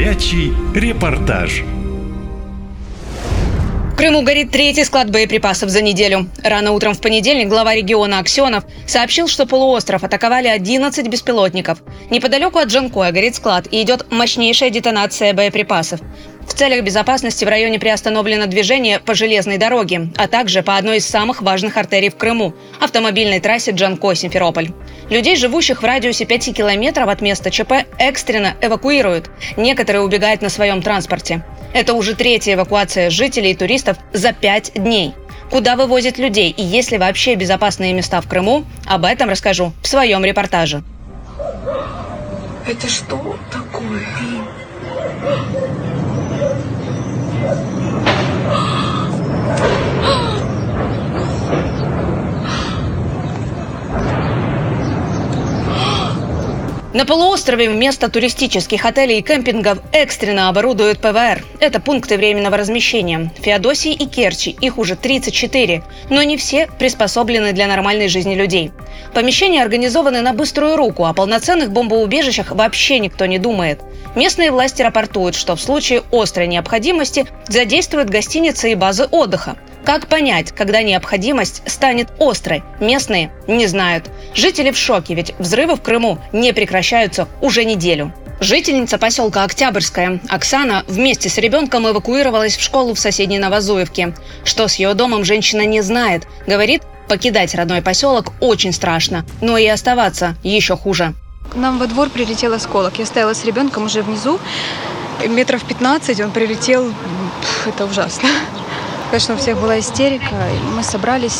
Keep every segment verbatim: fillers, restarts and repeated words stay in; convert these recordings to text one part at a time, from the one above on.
Горячий репортаж. В Крыму горит третий склад боеприпасов за неделю. Рано утром в понедельник глава региона Аксенов сообщил, что полуостров атаковали одиннадцать беспилотников. Неподалеку от Джанкоя горит склад и идет мощнейшая детонация боеприпасов. В целях безопасности в районе приостановлено движение по железной дороге, а также по одной из самых важных артерий в Крыму – автомобильной трассе Джанкой-Симферополь. Людей, живущих в радиусе пяти километров от места ЧП, экстренно эвакуируют. Некоторые убегают на своем транспорте. Это уже третья эвакуация жителей и туристов за пять дней. Куда вывозят людей и есть ли вообще безопасные места в Крыму, об этом расскажу в своем репортаже. Это что такое? На полуострове вместо туристических отелей и кемпингов экстренно оборудуют ПВР. Это пункты временного размещения. В Феодосии и Керчи их уже тридцать четыре, но не все приспособлены для нормальной жизни людей. Помещения организованы на быструю руку, о полноценных бомбоубежищах вообще никто не думает. Местные власти рапортуют, что в случае острой необходимости задействуют гостиницы и базы отдыха. Как понять, когда необходимость станет острой? Местные не знают. Жители в шоке, ведь взрывы в Крыму не прекращаются уже неделю. Жительница поселка Октябрьская Оксана вместе с ребенком эвакуировалась в школу в соседней Новозуевке. Что с ее домом, женщина не знает. Говорит, покидать родной поселок очень страшно, но и оставаться еще хуже. К нам во двор прилетел осколок. Я стояла с ребенком уже внизу, метров пятнадцать он прилетел. Это ужасно. Конечно, у всех была истерика. Мы собрались,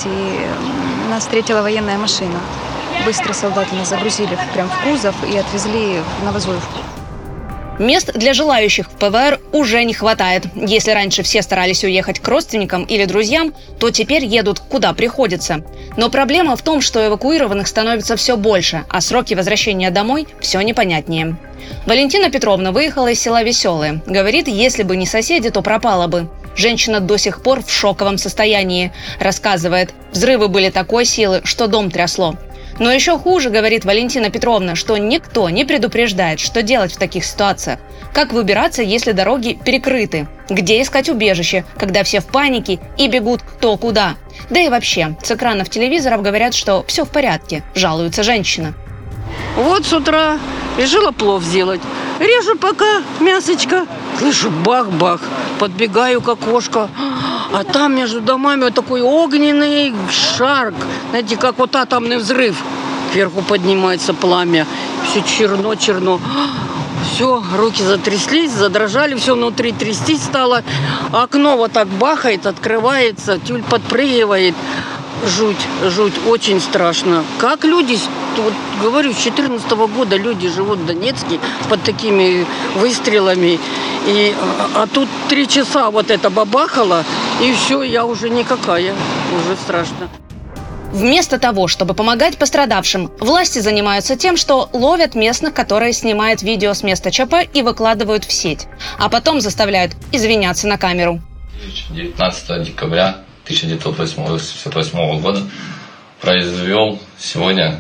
и нас встретила военная машина. Быстро солдаты нас загрузили прямо в кузов и отвезли в Новозуевку. Мест для желающих в ПВР уже не хватает. Если раньше все старались уехать к родственникам или друзьям, то теперь едут куда приходится. Но проблема в том, что эвакуированных становится все больше, а сроки возвращения домой все непонятнее. Валентина Петровна выехала из села Веселое. Говорит, если бы не соседи, то пропала бы. Женщина до сих пор в шоковом состоянии. Рассказывает, взрывы были такой силы, что дом трясло. Но еще хуже, говорит Валентина Петровна, что никто не предупреждает, что делать в таких ситуациях. Как выбираться, если дороги перекрыты? Где искать убежище, когда все в панике и бегут кто куда? Да и вообще, с экранов телевизоров говорят, что все в порядке, жалуется женщина. Вот с утра решила плов сделать. Режу пока мясочко. Слышу, бах-бах. Подбегаю к окошку. А там между домами вот такой огненный шар. Знаете, как вот атомный взрыв. Вверху поднимается пламя. Все черно-черно. Все, руки затряслись, задрожали, все внутри трястись стало. Окно вот так бахает, открывается, тюль подпрыгивает. Жуть, жуть, очень страшно. Как люди, вот говорю, с четырнадцатого года люди живут в Донецке под такими выстрелами. И, а, а тут три часа вот это бабахало, и все, я уже никакая, уже страшно. Вместо того, чтобы помогать пострадавшим, власти занимаются тем, что ловят местных, которые снимают видео с места ЧП и выкладывают в сеть, а потом заставляют извиняться на камеру. девятнадцатого декабря тысяча девятьсот восемьдесят восьмого года произвел сегодня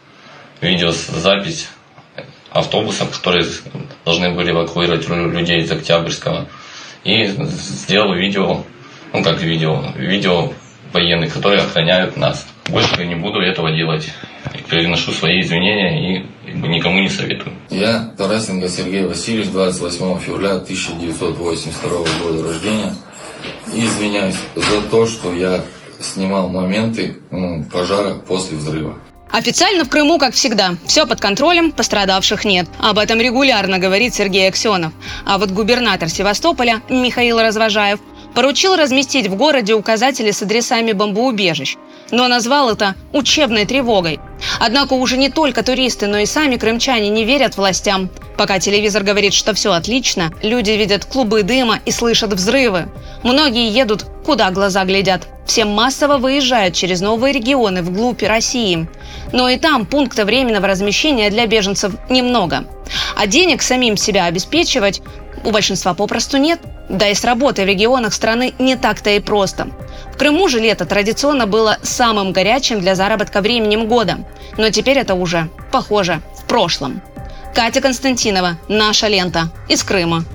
видеозапись автобусов, которые должны были эвакуировать людей из Октябрьского, и сделал видео, ну как видео, видео военных, которые охраняют нас. Больше я не буду этого делать. Приношу свои извинения и никому не советую. Я, Тарасенко Сергей Васильевич, двадцать восьмого февраля тысяча девятьсот восемьдесят второго года рождения. Извиняюсь за то, что я снимал моменты ну, пожара после взрыва. Официально в Крыму, как всегда, все под контролем, пострадавших нет. Об этом регулярно говорит Сергей Аксенов. А вот губернатор Севастополя Михаил Развожаев поручил разместить в городе указатели с адресами бомбоубежищ, но назвал это учебной тревогой. Однако уже не только туристы, но и сами крымчане не верят властям. Пока телевизор говорит, что все отлично, люди видят клубы дыма и слышат взрывы. Многие едут, куда глаза глядят. Все массово выезжают через новые регионы вглубь России. Но и там пункта временного размещения для беженцев немного. А денег самим себя обеспечивать у большинства попросту нет. Да и с работой в регионах страны не так-то и просто. В Крыму же лето традиционно было самым горячим для заработка временем года. Но теперь это уже, похоже, в прошлом. Катя Константинова, «Наша лента», из Крыма.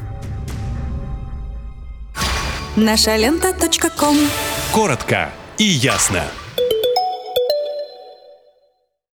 наша лента точка ком. Коротко и ясно.